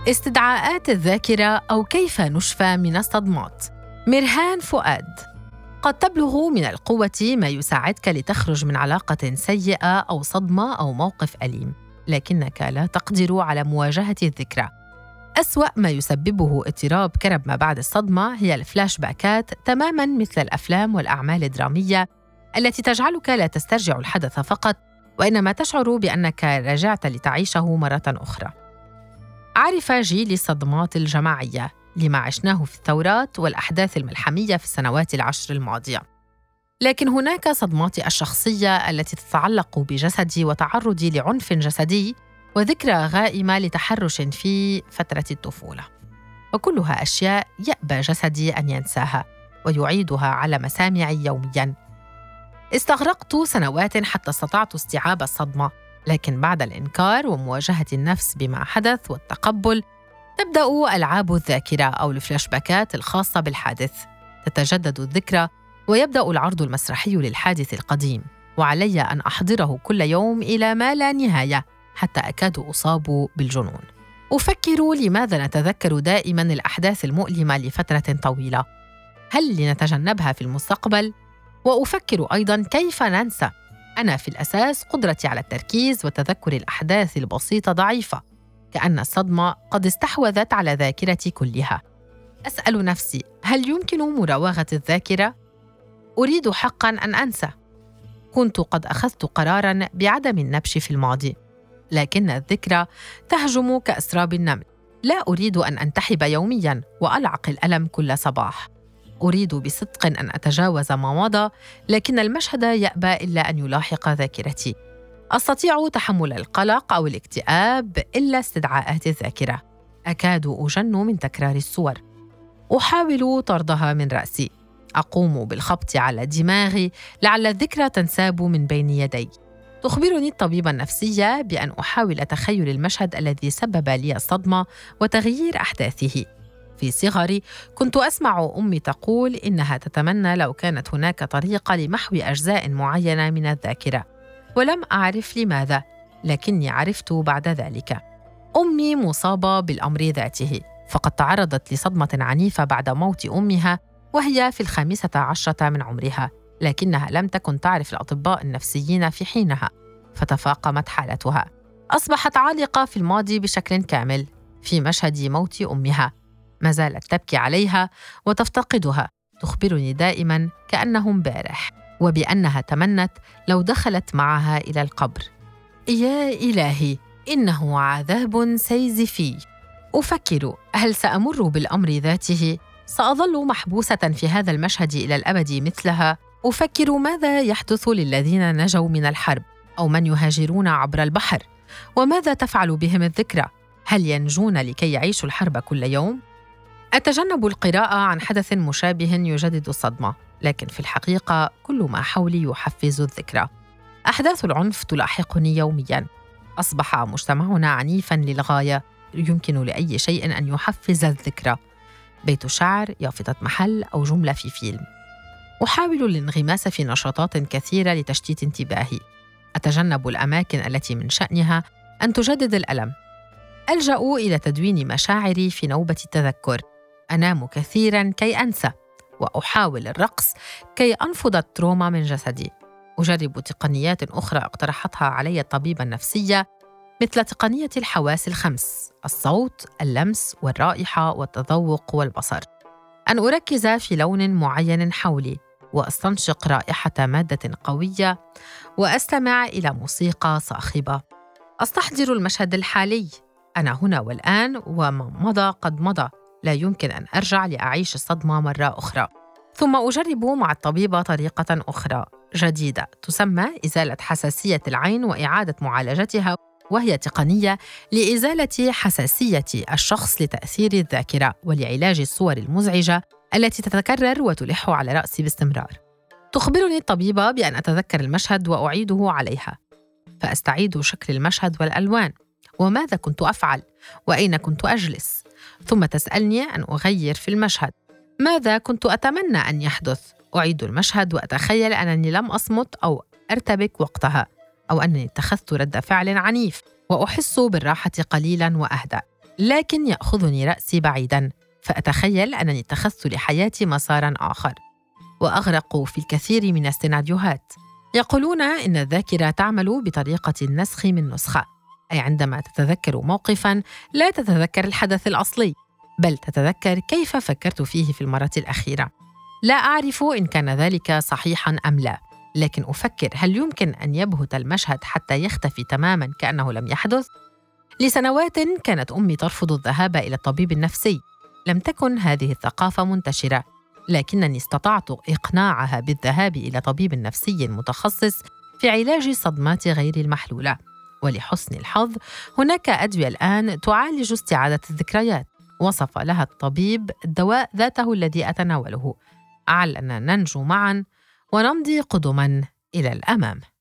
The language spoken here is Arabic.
استدعاءات الذاكرة أو كيف نشفى من الصدمات. ميرهان فؤاد: قد تبلغ من القوة ما يساعدك لتخرج من علاقة سيئة أو صدمة أو موقف أليم، لكنك لا تقدر على مواجهة الذكرى. أسوأ ما يسببه اضطراب كرب ما بعد الصدمة هي الفلاش باكات، تماماً مثل الأفلام والأعمال الدرامية التي تجعلك لا تسترجع الحدث فقط، وإنما تشعر بأنك رجعت لتعيشه مرة أخرى. عرف جيل الصدمات الجماعية لما عشناه في الثورات والأحداث الملحمية في السنوات العشر الماضية، لكن هناك صدماتي الشخصية التي تتعلق بجسدي وتعرضي لعنف جسدي وذكرى غائمة لتحرش في فترة الطفولة، وكلها أشياء يأبى جسدي أن ينساها ويعيدها على مسامعي يومياً. استغرقت سنوات حتى استطعت استيعاب الصدمة، لكن بعد الإنكار ومواجهة النفس بما حدث والتقبل تبدأ ألعاب الذاكرة أو الفلاش باكات الخاصة بالحادث. تتجدد الذكرى ويبدأ العرض المسرحي للحادث القديم، وعلي أن أحضره كل يوم إلى ما لا نهاية حتى أكاد أصاب بالجنون. أفكر لماذا نتذكر دائماً الأحداث المؤلمة لفترة طويلة؟ هل لنتجنبها في المستقبل؟ وأفكر أيضاً كيف ننسى؟ أنا في الأساس قدرتي على التركيز وتذكر الأحداث البسيطة ضعيفة، كأن الصدمة قد استحوذت على ذاكرتي كلها. أسأل نفسي: هل يمكن مراوغة الذاكرة؟ أريد حقاً أن أنسى. كنت قد أخذت قراراً بعدم النبش في الماضي، لكن الذكرى تهجم كأسراب النمل. لا أريد أن أنتحب يومياً وألعق الألم كل صباح. أريد بصدق أن أتجاوز ما مضى، لكن المشهد يأبى إلا أن يلاحق ذاكرتي. أستطيع تحمل القلق أو الاكتئاب إلا استدعاءات الذاكرة. أكاد أجن من تكرار الصور. أحاول طردها من رأسي. أقوم بالخبط على دماغي لعل الذكرى تنساب من بين يدي. تخبرني الطبيبة النفسية بأن أحاول تخيل المشهد الذي سبب لي الصدمة وتغيير أحداثه. في صغري كنت أسمع أمي تقول إنها تتمنى لو كانت هناك طريقة لمحو أجزاء معينة من الذاكرة، ولم أعرف لماذا، لكني عرفت بعد ذلك. أمي مصابة بالأمر ذاته، فقد تعرضت لصدمة عنيفة بعد موت أمها وهي في 15 من عمرها، لكنها لم تكن تعرف الأطباء النفسيين في حينها، فتفاقمت حالتها. أصبحت عالقة في الماضي بشكل كامل في مشهد موت أمها. ما زالت تبكي عليها وتفتقدها، تخبرني دائماً كأنه امبارح، وبأنها تمنت لو دخلت معها إلى القبر. يا إلهي، إنه عذاب سيزفي. أفكر: هل سأمر بالأمر ذاته؟ سأظل محبوسة في هذا المشهد إلى الأبد مثلها؟ أفكر: ماذا يحدث للذين نجوا من الحرب أو من يهاجرون عبر البحر؟ وماذا تفعل بهم الذكرى؟ هل ينجون لكي يعيشوا الحرب كل يوم؟ أتجنب القراءة عن حدث مشابه يجدد الصدمة، لكن في الحقيقة كل ما حولي يحفز الذكرى. أحداث العنف تلاحقني يومياً. أصبح مجتمعنا عنيفاً للغاية، يمكن لأي شيء أن يحفز الذكرى: بيت شعر، يافطة محل، أو جملة في فيلم. أحاول الانغماس في نشاطات كثيرة لتشتيت انتباهي. أتجنب الأماكن التي من شأنها أن تجدد الألم. ألجأ إلى تدوين مشاعري في نوبة التذكر. أنام كثيراً كي أنسى، وأحاول الرقص كي أنفض التروما من جسدي. أجرب تقنيات أخرى اقترحتها علي الطبيبة النفسية، مثل تقنية الحواس الخمس: الصوت، اللمس، والرائحة، والتذوق، والبصر. أن أركز في لون معين حولي، وأستنشق رائحة مادة قوية، وأستمع إلى موسيقى صاخبة. أستحضر المشهد الحالي: أنا هنا والآن، وما مضى قد مضى. لا يمكن أن أرجع لأعيش الصدمة مرة أخرى. ثم أجرب مع الطبيبة طريقة أخرى جديدة تسمى إزالة حساسية العين وإعادة معالجتها، وهي تقنية لإزالة حساسية الشخص لتأثير الذاكرة ولعلاج الصور المزعجة التي تتكرر وتلح على رأسي باستمرار. تخبرني الطبيبة بأن أتذكر المشهد وأعيده عليها، فأستعيد شكل المشهد والألوان، وماذا كنت أفعل، وأين كنت أجلس. ثم تسألني أن أغير في المشهد: ماذا كنت أتمنى أن يحدث؟ أعيد المشهد وأتخيل أنني لم أصمت أو أرتبك وقتها، أو أنني اتخذت رد فعل عنيف، وأحس بالراحة قليلاً وأهدأ. لكن يأخذني رأسي بعيداً، فأتخيل أنني اتخذت لحياتي مساراً آخر، وأغرق في الكثير من السيناريوهات. يقولون إن الذاكرة تعمل بطريقة النسخ من نسخة، أي عندما تتذكر موقفاً لا تتذكر الحدث الأصلي، بل تتذكر كيف فكرت فيه في المرة الأخيرة. لا أعرف إن كان ذلك صحيحاً أم لا، لكن أفكر هل يمكن أن يبهت المشهد حتى يختفي تماماً كأنه لم يحدث؟ لسنوات كانت أمي ترفض الذهاب إلى الطبيب النفسي. لم تكن هذه الثقافة منتشرة، لكنني استطعت إقناعها بالذهاب إلى طبيب نفسي متخصص في علاج الصدمات غير المحلولة. ولحسن الحظ هناك أدوية الآن تعالج استعادة الذكريات. وصف لها الطبيب الدواء ذاته الذي أتناوله. علنا ننجو معا ونمضي قدما إلى الأمام.